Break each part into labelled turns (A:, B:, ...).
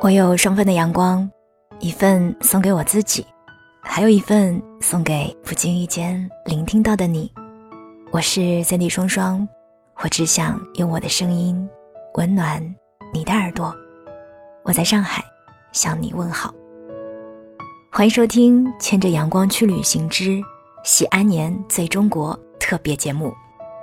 A: 我有双份的阳光，一份送给我自己，还有一份送给不经意间聆听到的你。我是Sandy双双，我只想用我的声音温暖你的耳朵。我在上海向你问好。欢迎收听牵着阳光去旅行之西安年最中国特别节目。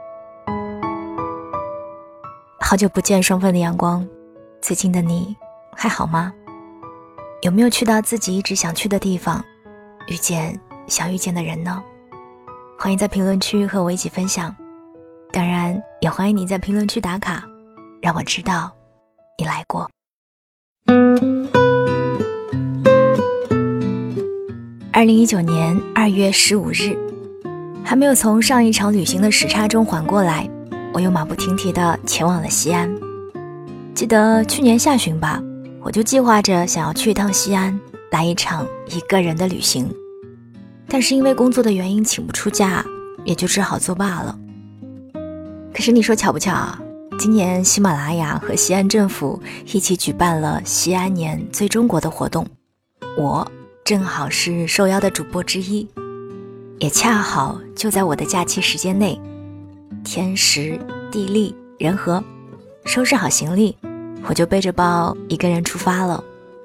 A: 好久不见双份的阳光，最近的你还好吗？有没有去到自己一直想去的地方，遇见想遇见的人呢？欢迎在评论区和我一起分享，当然也欢迎你在评论区打卡，让我知道你来过。2019年2月15日，还没有从上一场旅行的时差中缓过来，我又马不停蹄地前往了西安。记得去年下旬吧，我就计划着想要去一趟西安，来一场一个人的旅行，但是因为工作的原因请不出假，也就只好作罢了。可是你说巧不巧啊，今年喜马拉雅和西安政府一起举办了西安年最中国的活动，我正好是受邀的主播之一，也恰好就在我的假期时间内，天时地利人和，收拾好行李，我就背着包一个人出发了。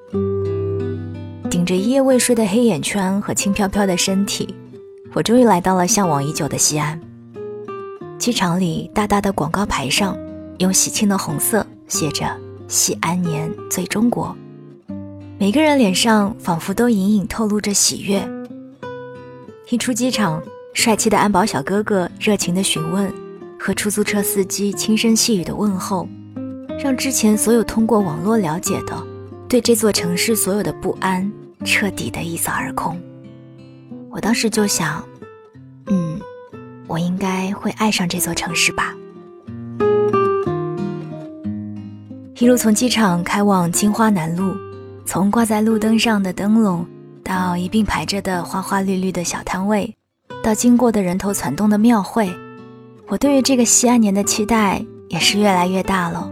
A: 顶着一夜未睡的黑眼圈和轻飘飘的身体，我终于来到了向往已久的西安。机场里大大的广告牌上用喜庆的红色写着西安年最中国，每个人脸上仿佛都隐隐透露着喜悦。一出机场，帅气的安保小哥哥热情的询问和出租车司机轻声细语的问候，让之前所有通过网络了解的对这座城市所有的不安彻底的一扫而空。我当时就想，我应该会爱上这座城市吧。一路从机场开往金花南路，从挂在路灯上的灯笼，到一并排着的花花绿绿的小摊位，到经过的人头攒动的庙会，我对于这个西安年的期待也是越来越大了。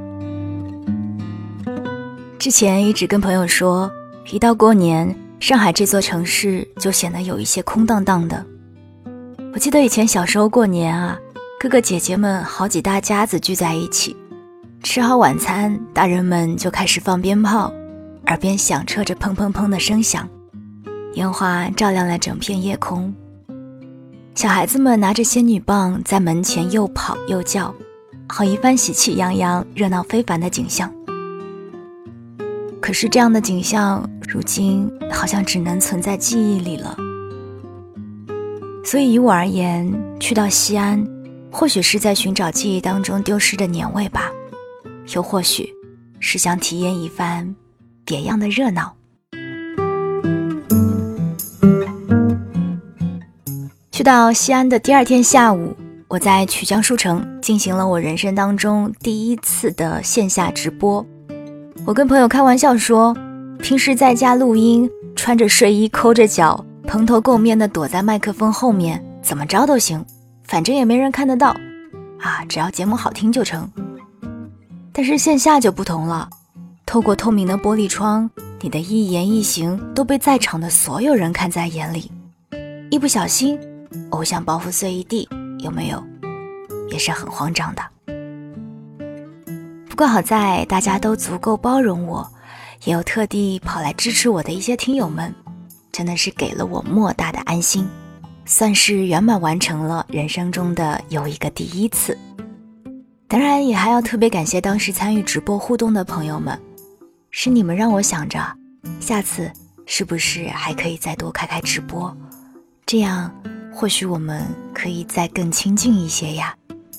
A: 之前一直跟朋友说，一到过年，上海这座城市就显得有一些空荡荡的。我记得以前小时候过年啊，哥哥姐姐们好几大家子聚在一起，吃好晚餐，大人们就开始放鞭炮，耳边响彻着砰砰砰的声响，烟花照亮了整片夜空。小孩子们拿着仙女棒在门前又跑又叫，好一番喜气洋洋、热闹非凡的景象。可是这样的景象如今好像只能存在记忆里了。所以于我而言，去到西安或许是在寻找记忆当中丢失的年味吧，又或许是想体验一番别样的热闹。去到西安的第二天下午，我在曲江书城进行了我人生当中第一次的线下直播。我跟朋友开玩笑说，平时在家录音，穿着睡衣抠着脚，蓬头垢面的躲在麦克风后面，怎么着都行，反正也没人看得到啊，只要节目好听就成。但是线下就不同了，透过透明的玻璃窗，你的一言一行都被在场的所有人看在眼里，一不小心偶像包袱碎一地，有没有？也是很慌张的。不过好在大家都足够包容我，也有特地跑来支持我的一些听友们，真的是给了我莫大的安心，算是圆满完成了人生中的又一个第一次。当然也还要特别感谢当时参与直播互动的朋友们，是你们让我想着下次是不是还可以再多开直播，这样或许我们可以再更亲近一些呀。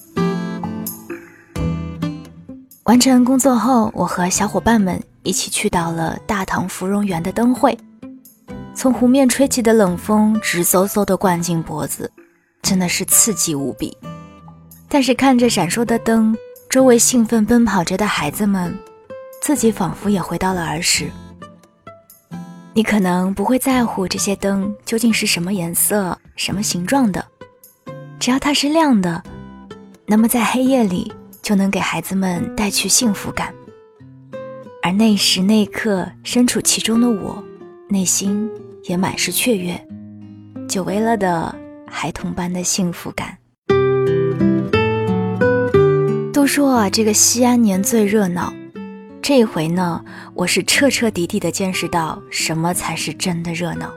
A: 完成工作后，我和小伙伴们一起去到了大唐芙蓉园的灯会，从湖面吹起的冷风直嗖嗖地灌进脖子，真的是刺激无比。但是看着闪烁的灯，周围兴奋奔跑着的孩子们，自己仿佛也回到了儿时。你可能不会在乎这些灯究竟是什么颜色、什么形状的，只要它是亮的，那么在黑夜里就能给孩子们带去幸福感。 而那时那刻身处其中的我，内心也满是雀跃，久违了的孩童般的幸福感。都说啊，这个西安年最热闹，这一回呢，我是彻彻底底地见识到什么才是真的热闹。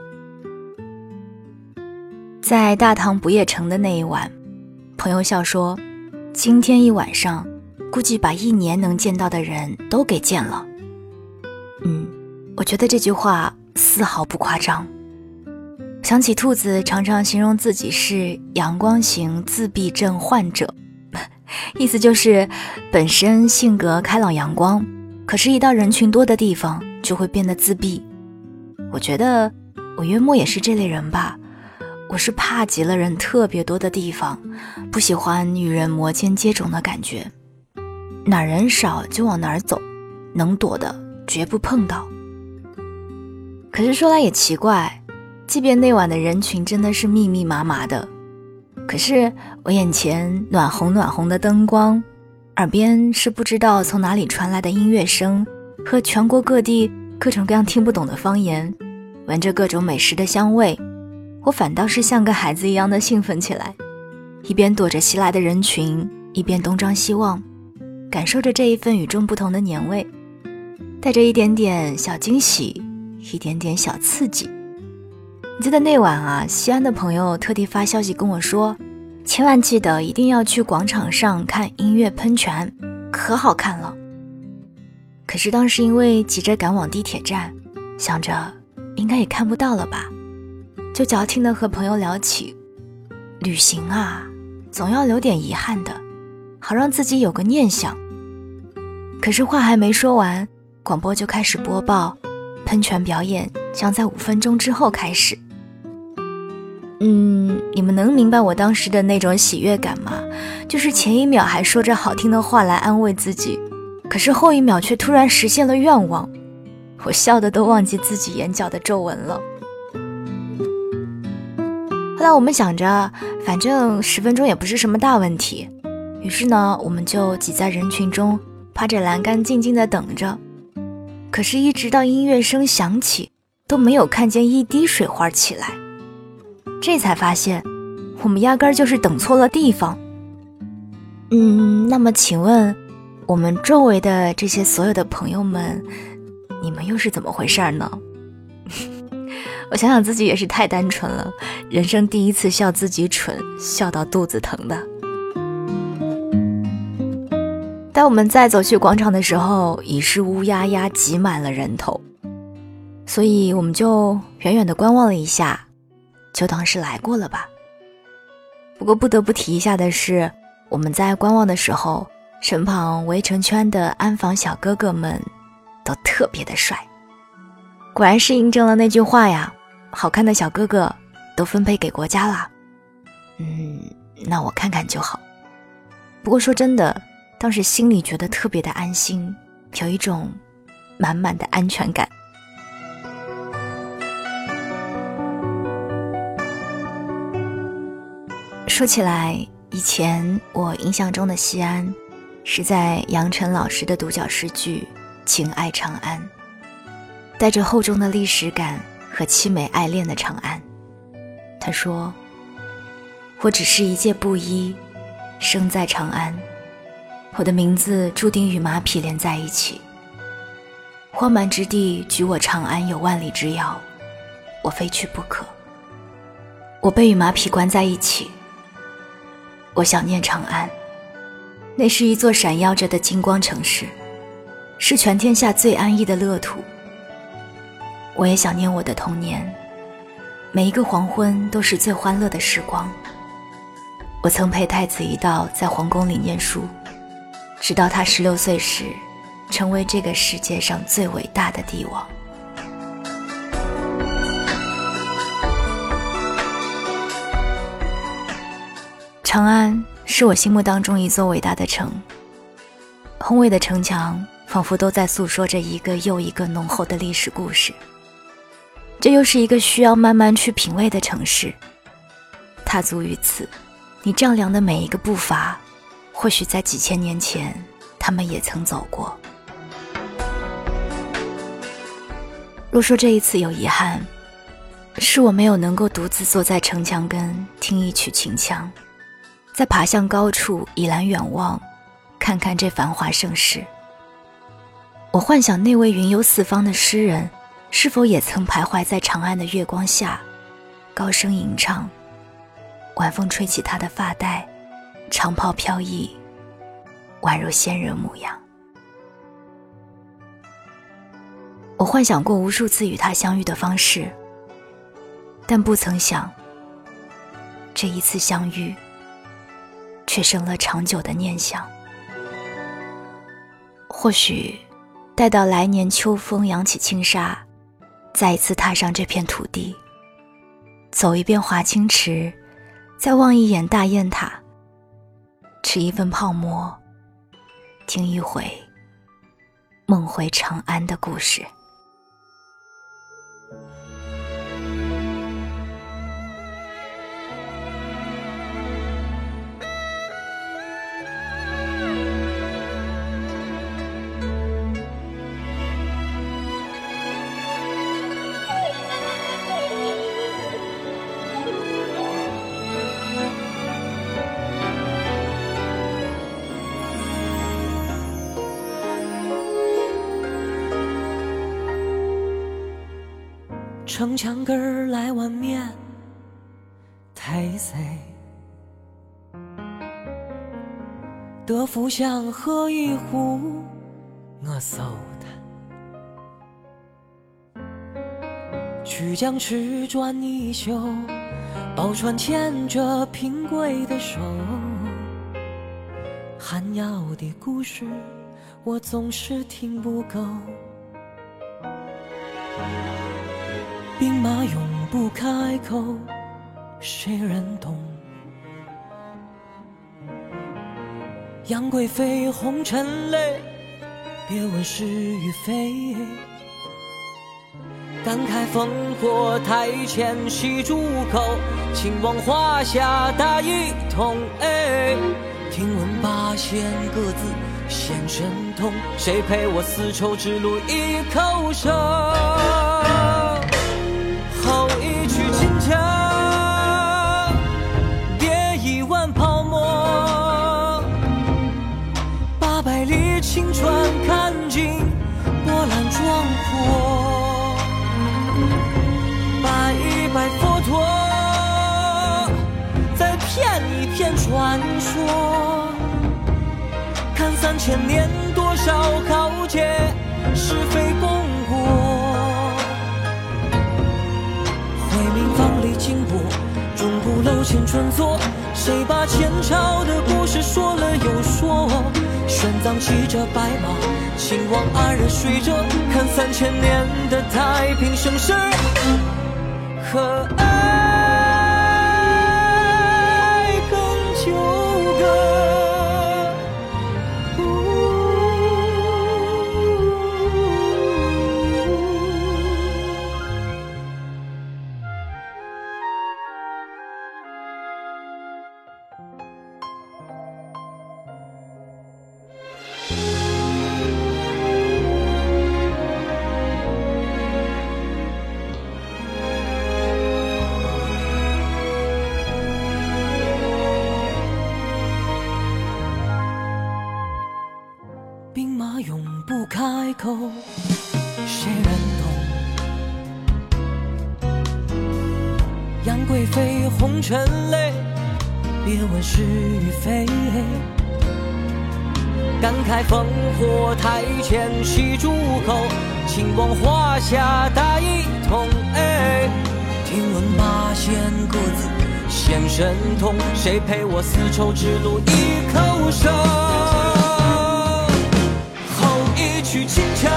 A: 在大唐不夜城的那一晚，朋友笑说，今天一晚上估计把1年能见到的人都给见了。我觉得这句话丝毫不夸张。想起兔子常常形容自己是阳光型自闭症患者，意思就是本身性格开朗阳光，可是一到人群多的地方就会变得自闭。我觉得我约莫也是这类人吧，我是怕极了人特别多的地方，不喜欢与人摩肩接踵的感觉，哪人少就往哪儿走，能躲的绝不碰到。可是说来也奇怪，即便那晚的人群真的是密密麻麻的，可是我眼前暖红暖红的灯光，耳边是不知道从哪里传来的音乐声，和全国各地各种各样听不懂的方言，闻着各种美食的香味，我反倒是像个孩子一样的兴奋起来，一边躲着袭来的人群，一边东张西望，感受着这一份与众不同的年味，带着一点点小惊喜，一点点小刺激。记得那晚啊，西安的朋友特地发消息跟我说，千万记得一定要去广场上看音乐喷泉，可好看了。可是当时因为急着赶往地铁站，想着应该也看不到了吧，就矫情地和朋友聊起，旅行啊，总要留点遗憾的，好让自己有个念想。可是话还没说完，广播就开始播报，喷泉表演将在5分钟之后开始。你们能明白我当时的那种喜悦感吗？就是前一秒还说着好听的话来安慰自己，可是后一秒却突然实现了愿望，我笑得都忘记自己眼角的皱纹了。后来我们想着，反正10分钟也不是什么大问题，于是呢，我们就挤在人群中，趴着栏杆静静地等着。可是一直到音乐声响起，都没有看见一滴水花起来。这才发现我们压根儿就是等错了地方。那么请问我们周围的这些所有的朋友们，你们又是怎么回事呢？我想想自己也是太单纯了，人生第一次笑自己蠢，笑到肚子疼的。当我们再走去广场的时候，已是乌压压挤满了人头，所以我们就远远地观望了一下，就当是来过了吧。不过不得不提一下的是，我们在观望的时候，身旁围成圈的安防小哥哥们都特别的帅。果然是印证了那句话呀，好看的小哥哥都分配给国家啦。那我看看就好。不过说真的，当时心里觉得特别的安心，有一种满满的安全感。说起来，以前我印象中的西安是在杨晨老师的独角诗句《情爱长安》，带着厚重的历史感和凄美爱恋的长安。他说，我只是一介布衣，生在长安，我的名字注定与马匹连在一起。荒蛮之地距我长安有万里之遥，我非去不可。我被与马匹关在一起，我想念长安，那是一座闪耀着的金光城市，是全天下最安逸的乐土。我也想念我的童年，每一个黄昏都是最欢乐的时光。我曾陪太子一道在皇宫里念书，直到他16岁时，成为这个世界上最伟大的帝王。长安是我心目当中一座伟大的城，宏伟的城墙仿佛都在诉说着一个又一个浓厚的历史故事。这又是一个需要慢慢去品味的城市。踏足于此，你丈量的每一个步伐，或许在几千年前他们也曾走过。 若说这一次有遗憾，是我没有能够独自坐在城墙根听一曲秦腔，再爬向高处倚栏远望，看看这繁华盛世。我幻想那位云游四方的诗人是否也曾徘徊在长安的月光下，高声吟唱，晚风吹起他的发带，长袍飘逸，宛如仙人模样。我幻想过无数次与他相遇的方式，但不曾想，这一次相遇却生了长久的念想。或许待到来年秋风扬起轻纱，再一次踏上这片土地，走一遍华清池，再望一眼大雁塔，吃一份泡馍，听一回梦回长安的故事。
B: 城墙根儿来碗面，太岁。德福巷喝一壶，我手谈。曲江池转一宿，宝船牵着平贵的手。寒窑的故事，我总是听不够。兵马永不开口，谁人懂？杨贵妃红尘泪，别问是与非。感慨烽火台前戏诸口，秦王华夏大一统。听闻八仙各自现神通，谁陪我丝绸之路一口手？后一曲秦腔，别一碗泡沫。800里青川看尽波澜壮阔，拜一拜佛陀，再骗一骗传说。看3000年多少浩劫，是非功过。回明房里经过，钟鼓楼前春作，谁把前朝的故事说了又说？玄奘骑着白马，秦王安然睡着，看3000年的太平盛世和爱更纠葛。兵马永不开口，谁人懂？杨贵妃红尘泪，别问是与非。感慨烽火台前戏诸口，秦王华夏大一统。听闻八仙各自现神通，谁陪我丝绸之路一口手？一曲秦腔，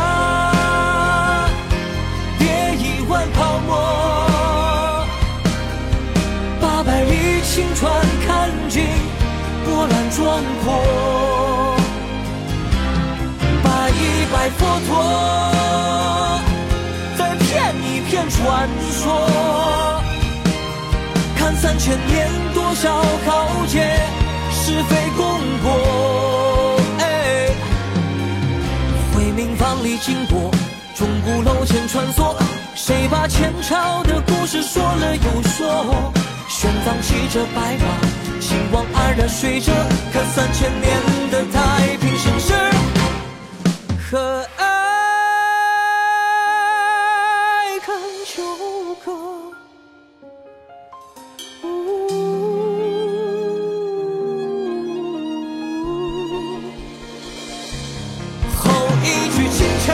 B: 别一碗泡沫。800里青川看尽波澜壮阔，拜一拜佛陀，再骗一骗传说。看3000年多少浩劫，是非功过。回明房里经过， 钟鼓楼前穿梭，谁把前朝的故事说了又说？玄奘骑着白马，兴亡黯然水着，看3000年的太平盛世和爱看秋歌。后一句清唱，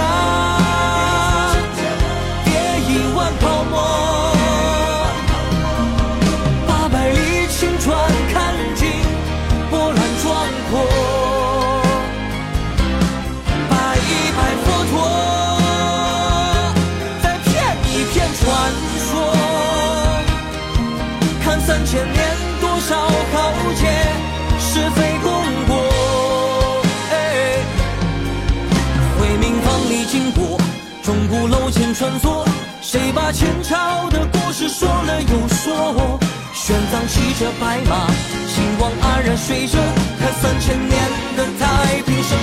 B: 叠1万泡沫，800里青川看尽波澜壮阔，拜一拜佛陀，再骗一骗传说，看3000年多少豪杰，是非功过。经过钟鼓楼前穿梭，谁把前朝的故事说了又说？玄奘骑着白马，兴亡黯然水着，看3000年的太平盛